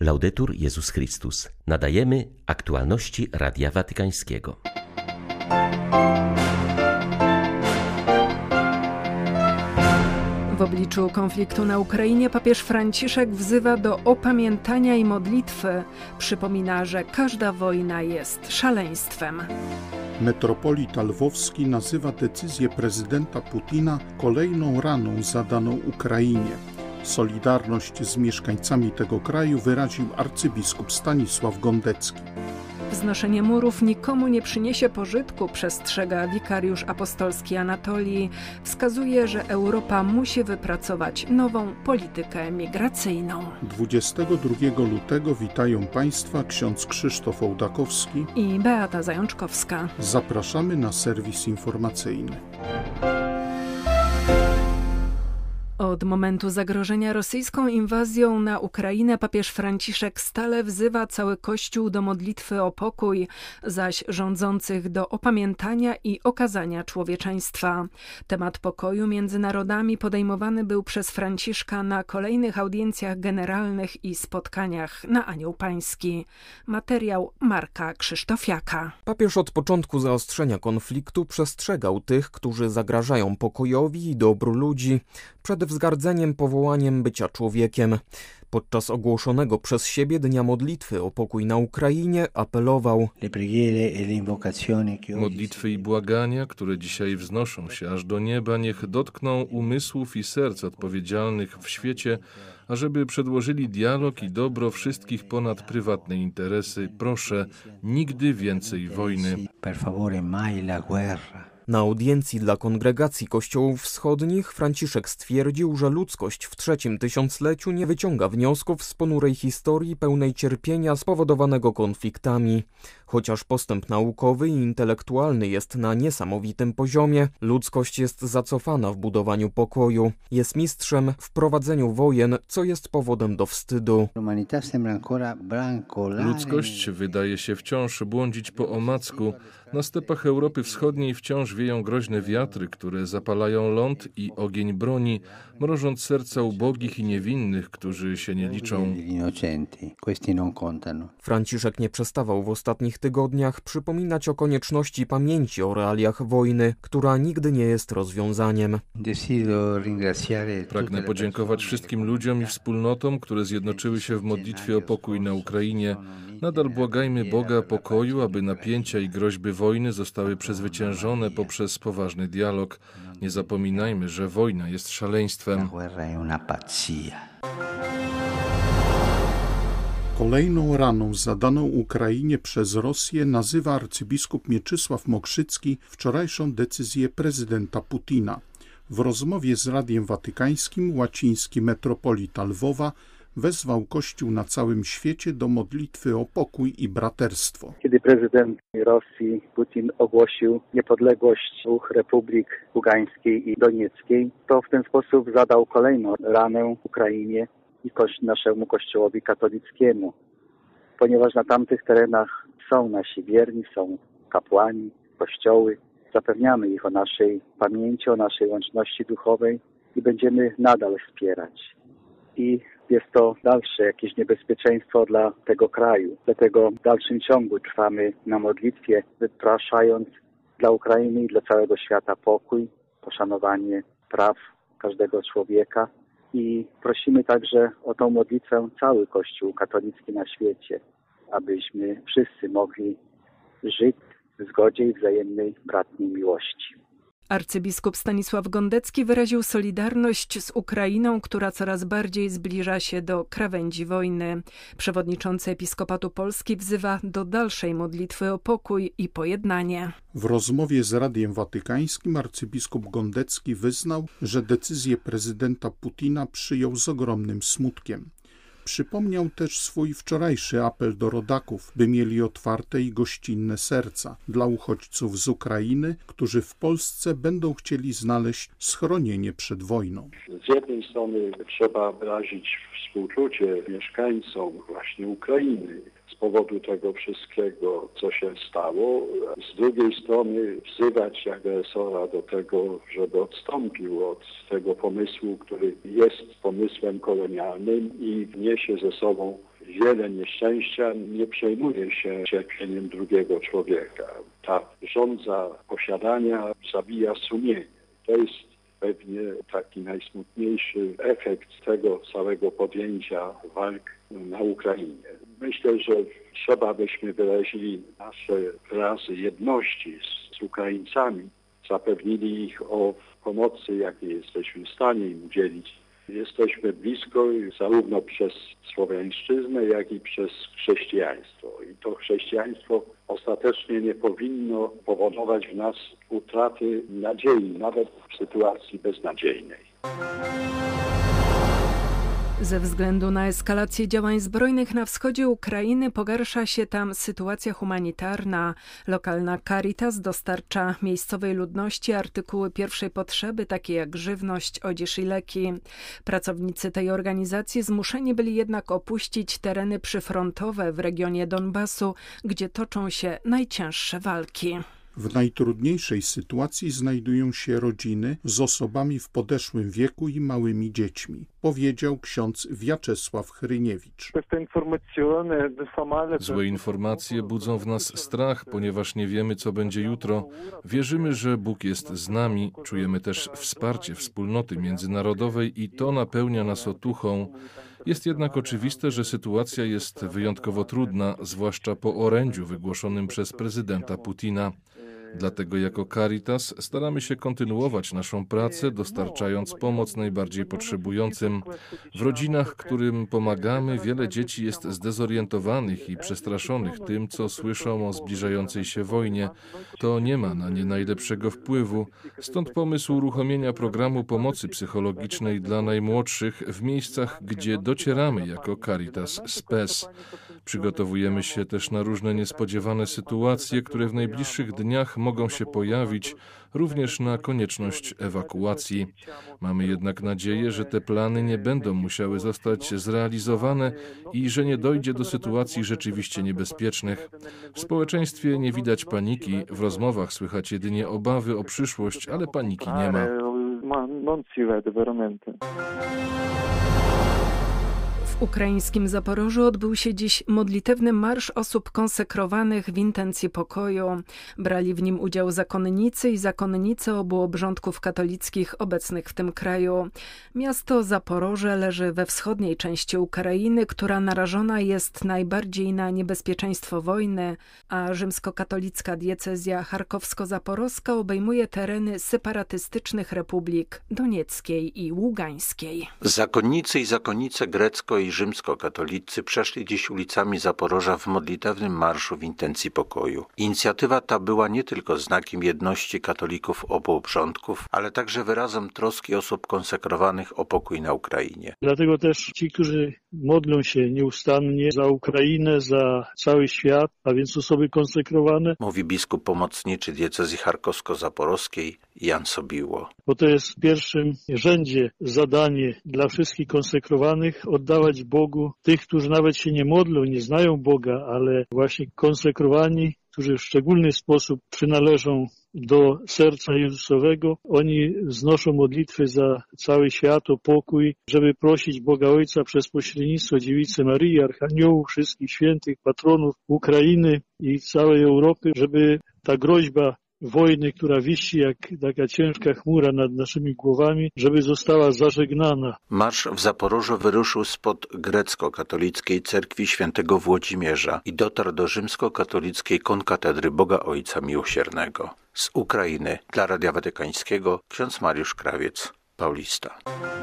Laudetur Jezus Chrystus. Nadajemy aktualności Radia Watykańskiego. W obliczu konfliktu na Ukrainie papież Franciszek wzywa do opamiętania i modlitwy. Przypomina, że każda wojna jest szaleństwem. Metropolita Lwowski nazywa decyzję prezydenta Putina kolejną raną zadaną Ukrainie. Solidarność z mieszkańcami tego kraju wyraził arcybiskup Stanisław Gondecki. Wznoszenie murów nikomu nie przyniesie pożytku, przestrzega wikariusz apostolski Anatolii. Wskazuje, że Europa musi wypracować nową politykę migracyjną. 22 lutego witają Państwa ksiądz Krzysztof Ołdakowski i Beata Zajączkowska. Zapraszamy na serwis informacyjny. Od momentu zagrożenia rosyjską inwazją na Ukrainę papież Franciszek stale wzywa cały Kościół do modlitwy o pokój, zaś rządzących do opamiętania i okazania człowieczeństwa. Temat pokoju między narodami podejmowany był przez Franciszka na kolejnych audiencjach generalnych i spotkaniach na Anioł Pański. Materiał Marka Krzysztofiaka. Papież od początku zaostrzenia konfliktu przestrzegał tych, którzy zagrażają pokojowi i dobru ludzi, przed wzgardzeniem powołaniem bycia człowiekiem. Podczas ogłoszonego przez siebie Dnia Modlitwy o pokój na Ukrainie apelował: Modlitwy i błagania, które dzisiaj wznoszą się aż do nieba, niech dotkną umysłów i serc odpowiedzialnych w świecie, ażeby przedłożyli dialog i dobro wszystkich ponad prywatne interesy. Proszę, nigdy więcej wojny. Na audiencji dla kongregacji kościołów wschodnich Franciszek stwierdził, że ludzkość w trzecim tysiącleciu nie wyciąga wniosków z ponurej historii pełnej cierpienia spowodowanego konfliktami. Chociaż postęp naukowy i intelektualny jest na niesamowitym poziomie, ludzkość jest zacofana w budowaniu pokoju. Jest mistrzem w prowadzeniu wojen, co jest powodem do wstydu. Ludzkość wydaje się wciąż błądzić po omacku. Na stepach Europy Wschodniej wciąż wieją groźne wiatry, które zapalają ląd i ogień broni, mrożąc serca ubogich i niewinnych, którzy się nie liczą. Franciszek nie przestawał w ostatnich tygodniach przypominać o konieczności pamięci o realiach wojny, która nigdy nie jest rozwiązaniem. Pragnę podziękować wszystkim ludziom i wspólnotom, które zjednoczyły się w modlitwie o pokój na Ukrainie. Nadal błagajmy Boga pokoju, aby napięcia i groźby wojny zostały przezwyciężone poprzez poważny dialog. Nie zapominajmy, że wojna jest szaleństwem. Kolejną raną zadaną Ukrainie przez Rosję nazywa arcybiskup Mieczysław Mokrzycki wczorajszą decyzję prezydenta Putina. W rozmowie z Radiem Watykańskim łaciński metropolita Lwowa wezwał Kościół na całym świecie do modlitwy o pokój i braterstwo. Kiedy prezydent Rosji Putin ogłosił niepodległość dwóch republik Ługańskiej i Donieckiej, to w ten sposób zadał kolejną ranę Ukrainie i naszemu Kościołowi katolickiemu. Ponieważ na tamtych terenach są nasi wierni, są kapłani, kościoły, zapewniamy ich o naszej pamięci, o naszej łączności duchowej i będziemy nadal wspierać. I jest to dalsze jakieś niebezpieczeństwo dla tego kraju. Dlatego w dalszym ciągu trwamy na modlitwie, wypraszając dla Ukrainy i dla całego świata pokój, poszanowanie praw każdego człowieka i prosimy także o tą modlitwę cały Kościół katolicki na świecie, abyśmy wszyscy mogli żyć w zgodzie i wzajemnej bratniej miłości. Arcybiskup Stanisław Gondecki wyraził solidarność z Ukrainą, która coraz bardziej zbliża się do krawędzi wojny. Przewodniczący Episkopatu Polski wzywa do dalszej modlitwy o pokój i pojednanie. W rozmowie z Radiem Watykańskim arcybiskup Gondecki wyznał, że decyzję prezydenta Putina przyjął z ogromnym smutkiem. Przypomniał też swój wczorajszy apel do rodaków, by mieli otwarte i gościnne serca dla uchodźców z Ukrainy, którzy w Polsce będą chcieli znaleźć schronienie przed wojną. Z jednej strony trzeba wyrazić współczucie mieszkańcom właśnie Ukrainy z powodu tego wszystkiego, co się stało. Z drugiej strony wzywać agresora do tego, żeby odstąpił od tego pomysłu, który jest pomysłem kolonialnym i niesie ze sobą wiele nieszczęścia, nie przejmuje się cierpieniem drugiego człowieka. Ta żądza posiadania zabija sumienie. To jest pewnie taki najsmutniejszy efekt tego całego podjęcia walk na Ukrainie. Myślę, że trzeba byśmy wyrazili nasze wyrazy jedności z Ukraińcami, zapewnili ich o pomocy, jakiej jesteśmy w stanie im udzielić. Jesteśmy blisko zarówno przez słowiańszczyznę, jak i przez chrześcijaństwo. I to chrześcijaństwo ostatecznie nie powinno powodować w nas utraty nadziei, nawet w sytuacji beznadziejnej. Ze względu na eskalację działań zbrojnych na wschodzie Ukrainy pogarsza się tam sytuacja humanitarna. Lokalna Caritas dostarcza miejscowej ludności artykuły pierwszej potrzeby, takie jak żywność, odzież i leki. Pracownicy tej organizacji zmuszeni byli jednak opuścić tereny przyfrontowe w regionie Donbasu, gdzie toczą się najcięższe walki. W najtrudniejszej sytuacji znajdują się rodziny z osobami w podeszłym wieku i małymi dziećmi, powiedział ksiądz Wiaczesław Hryniewicz. Złe informacje budzą w nas strach, ponieważ nie wiemy, co będzie jutro. Wierzymy, że Bóg jest z nami, czujemy też wsparcie wspólnoty międzynarodowej i to napełnia nas otuchą. Jest jednak oczywiste, że sytuacja jest wyjątkowo trudna, zwłaszcza po orędziu wygłoszonym przez prezydenta Putina. Dlatego jako Caritas staramy się kontynuować naszą pracę, dostarczając pomoc najbardziej potrzebującym. W rodzinach, którym pomagamy, wiele dzieci jest zdezorientowanych i przestraszonych tym, co słyszą o zbliżającej się wojnie. To nie ma na nie najlepszego wpływu. Stąd pomysł uruchomienia programu pomocy psychologicznej dla najmłodszych w miejscach, gdzie docieramy jako Caritas Spes. Przygotowujemy się też na różne niespodziewane sytuacje, które w najbliższych dniach mogą się pojawić, również na konieczność ewakuacji. Mamy jednak nadzieję, że te plany nie będą musiały zostać zrealizowane i że nie dojdzie do sytuacji rzeczywiście niebezpiecznych. W społeczeństwie nie widać paniki, w rozmowach słychać jedynie obawy o przyszłość, ale paniki nie ma. W ukraińskim Zaporożu odbył się dziś modlitewny marsz osób konsekrowanych w intencji pokoju. Brali w nim udział zakonnicy i zakonnice obu obrządków katolickich obecnych w tym kraju. Miasto Zaporoże leży we wschodniej części Ukrainy, która narażona jest najbardziej na niebezpieczeństwo wojny, a rzymskokatolicka diecezja charkowsko-zaporowska obejmuje tereny separatystycznych republik Donieckiej i Ługańskiej. Zakonnicy i zakonnice grecko- i rzymskokatolicy przeszli dziś ulicami Zaporoża w modlitewnym marszu w intencji pokoju. Inicjatywa ta była nie tylko znakiem jedności katolików obu obrządków, ale także wyrazem troski osób konsekrowanych o pokój na Ukrainie. Dlatego też ci, którzy modlą się nieustannie za Ukrainę, za cały świat, a więc osoby konsekrowane, mówi biskup pomocniczy diecezji charkowsko-zaporowskiej Jan Sobiło. Bo to jest w pierwszym rzędzie zadanie dla wszystkich konsekrowanych oddawać Bogu tych, którzy nawet się nie modlą, nie znają Boga, ale właśnie konsekrowani, którzy w szczególny sposób przynależą do serca Jezusowego. Oni wznoszą modlitwy za cały świat o pokój, żeby prosić Boga Ojca przez pośrednictwo Dziewicy Maryi, Archaniołów, wszystkich świętych, patronów Ukrainy i całej Europy, żeby ta groźba wojny, która wisi jak taka ciężka chmura nad naszymi głowami, żeby została zażegnana. Marsz w Zaporożu wyruszył spod grecko-katolickiej cerkwi świętego Włodzimierza i dotarł do rzymskokatolickiej konkatedry Boga Ojca Miłosiernego. Z Ukrainy dla Radia Watykańskiego ksiądz Mariusz Krawiec, Paulista.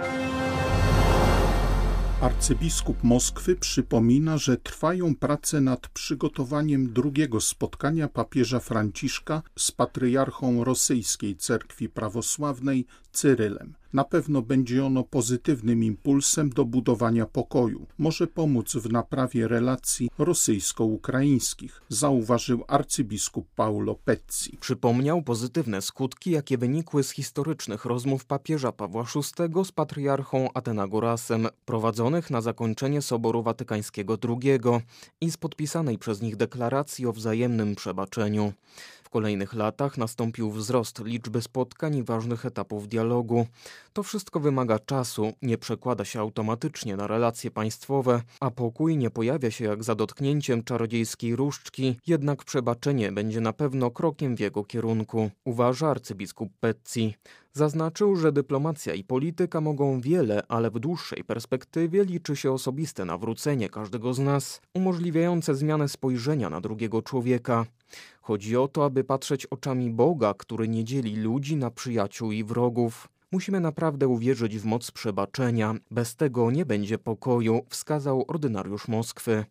Arcybiskup Moskwy przypomina, że trwają prace nad przygotowaniem drugiego spotkania papieża Franciszka z patriarchą rosyjskiej cerkwi prawosławnej Cyrylem. Na pewno będzie ono pozytywnym impulsem do budowania pokoju. Może pomóc w naprawie relacji rosyjsko-ukraińskich, zauważył arcybiskup Paolo Pezzi. Przypomniał pozytywne skutki, jakie wynikły z historycznych rozmów papieża Pawła VI z patriarchą Athenagorasem, prowadzonych na zakończenie Soboru Watykańskiego II i z podpisanej przez nich deklaracji o wzajemnym przebaczeniu. W kolejnych latach nastąpił wzrost liczby spotkań i ważnych etapów dialogu dialogu. To wszystko wymaga czasu, nie przekłada się automatycznie na relacje państwowe, a pokój nie pojawia się jak za dotknięciem czarodziejskiej różdżki, jednak przebaczenie będzie na pewno krokiem w jego kierunku, uważa arcybiskup Pezzi. Zaznaczył, że dyplomacja i polityka mogą wiele, ale w dłuższej perspektywie liczy się osobiste nawrócenie każdego z nas, umożliwiające zmianę spojrzenia na drugiego człowieka. Chodzi o to, aby patrzeć oczami Boga, który nie dzieli ludzi na przyjaciół i wrogów. Musimy naprawdę uwierzyć w moc przebaczenia. Bez tego nie będzie pokoju, wskazał ordynariusz Moskwy.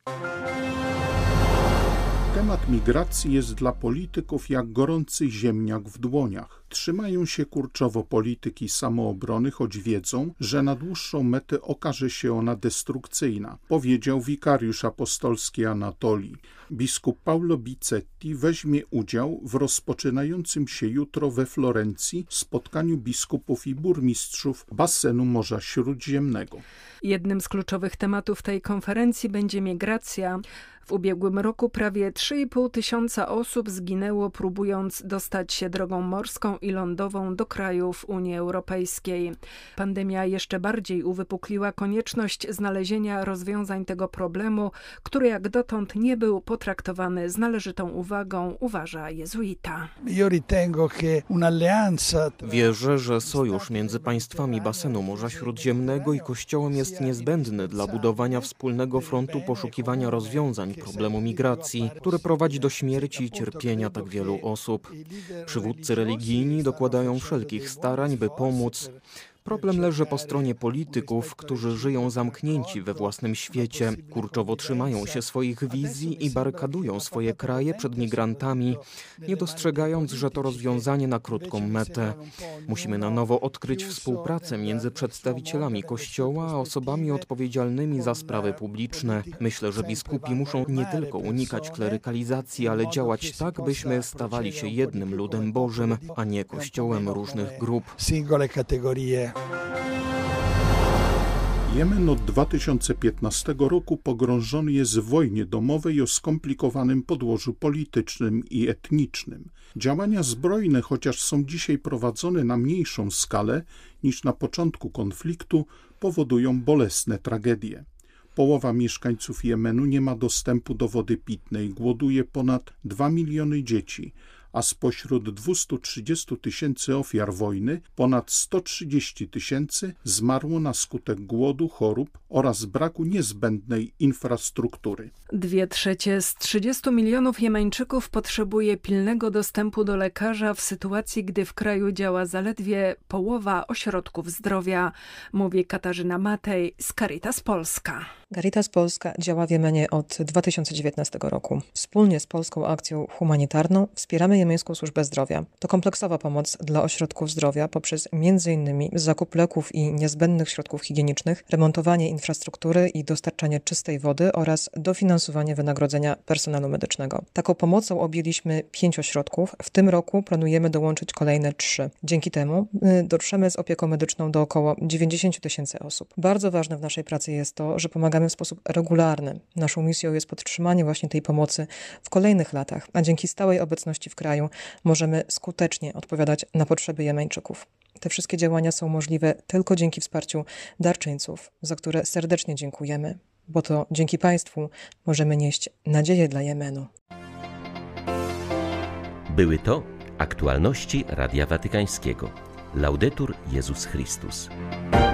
Temat migracji jest dla polityków jak gorący ziemniak w dłoniach. Trzymają się kurczowo polityki samoobrony, choć wiedzą, że na dłuższą metę okaże się ona destrukcyjna, powiedział wikariusz apostolski Anatolii. Biskup Paolo Bizzetti weźmie udział w rozpoczynającym się jutro we Florencji spotkaniu biskupów i burmistrzów basenu Morza Śródziemnego. Jednym z kluczowych tematów tej konferencji będzie migracja. W ubiegłym roku prawie 3,5 tysiąca osób zginęło, próbując dostać się drogą morską i lądową do krajów Unii Europejskiej. Pandemia jeszcze bardziej uwypukliła konieczność znalezienia rozwiązań tego problemu, który jak dotąd nie był potraktowany z należytą uwagą, uważa jezuita. Wierzę, że sojusz między państwami basenu Morza Śródziemnego i Kościołem jest niezbędny dla budowania wspólnego frontu poszukiwania rozwiązań problemu migracji, który prowadzi do śmierci i cierpienia tak wielu osób. Przywódcy religijni dokładają wszelkich starań, by pomóc. Problem leży po stronie polityków, którzy żyją zamknięci we własnym świecie, kurczowo trzymają się swoich wizji i barykadują swoje kraje przed migrantami, nie dostrzegając, że to rozwiązanie na krótką metę. Musimy na nowo odkryć współpracę między przedstawicielami Kościoła a osobami odpowiedzialnymi za sprawy publiczne. Myślę, że biskupi muszą nie tylko unikać klerykalizacji, ale działać tak, byśmy stawali się jednym ludem Bożym, a nie kościołem różnych grup. Jemen od 2015 roku pogrążony jest w wojnie domowej o skomplikowanym podłożu politycznym i etnicznym. Działania zbrojne, chociaż są dzisiaj prowadzone na mniejszą skalę niż na początku konfliktu, powodują bolesne tragedie. Połowa mieszkańców Jemenu nie ma dostępu do wody pitnej, głoduje ponad 2 miliony dzieci, a spośród 230 tysięcy ofiar wojny ponad 130 tysięcy zmarło na skutek głodu, chorób oraz braku niezbędnej infrastruktury. 2/3 z 30 milionów Jemeńczyków potrzebuje pilnego dostępu do lekarza w sytuacji, gdy w kraju działa zaledwie połowa ośrodków zdrowia, mówi Katarzyna Matej z Caritas Polska. Caritas Polska działa w Jemenie od 2019 roku. Wspólnie z Polską Akcją Humanitarną wspieramy Jemeńską Służbę Zdrowia. To kompleksowa pomoc dla ośrodków zdrowia poprzez m.in. zakup leków i niezbędnych środków higienicznych, remontowanie infrastruktury i dostarczanie czystej wody oraz dofinansowanie wynagrodzenia personelu medycznego. Taką pomocą objęliśmy 5 ośrodków. W tym roku planujemy dołączyć kolejne 3. Dzięki temu dotrzemy z opieką medyczną do około 90 tysięcy osób. Bardzo ważne w naszej pracy jest to, że pomagamy w sposób regularny. Naszą misją jest podtrzymanie właśnie tej pomocy w kolejnych latach, a dzięki stałej obecności w kraju możemy skutecznie odpowiadać na potrzeby Jemeńczyków. Te wszystkie działania są możliwe tylko dzięki wsparciu darczyńców, za które serdecznie dziękujemy, bo to dzięki Państwu możemy nieść nadzieję dla Jemenu. Były to aktualności Radia Watykańskiego. Laudetur Jezus Chrystus.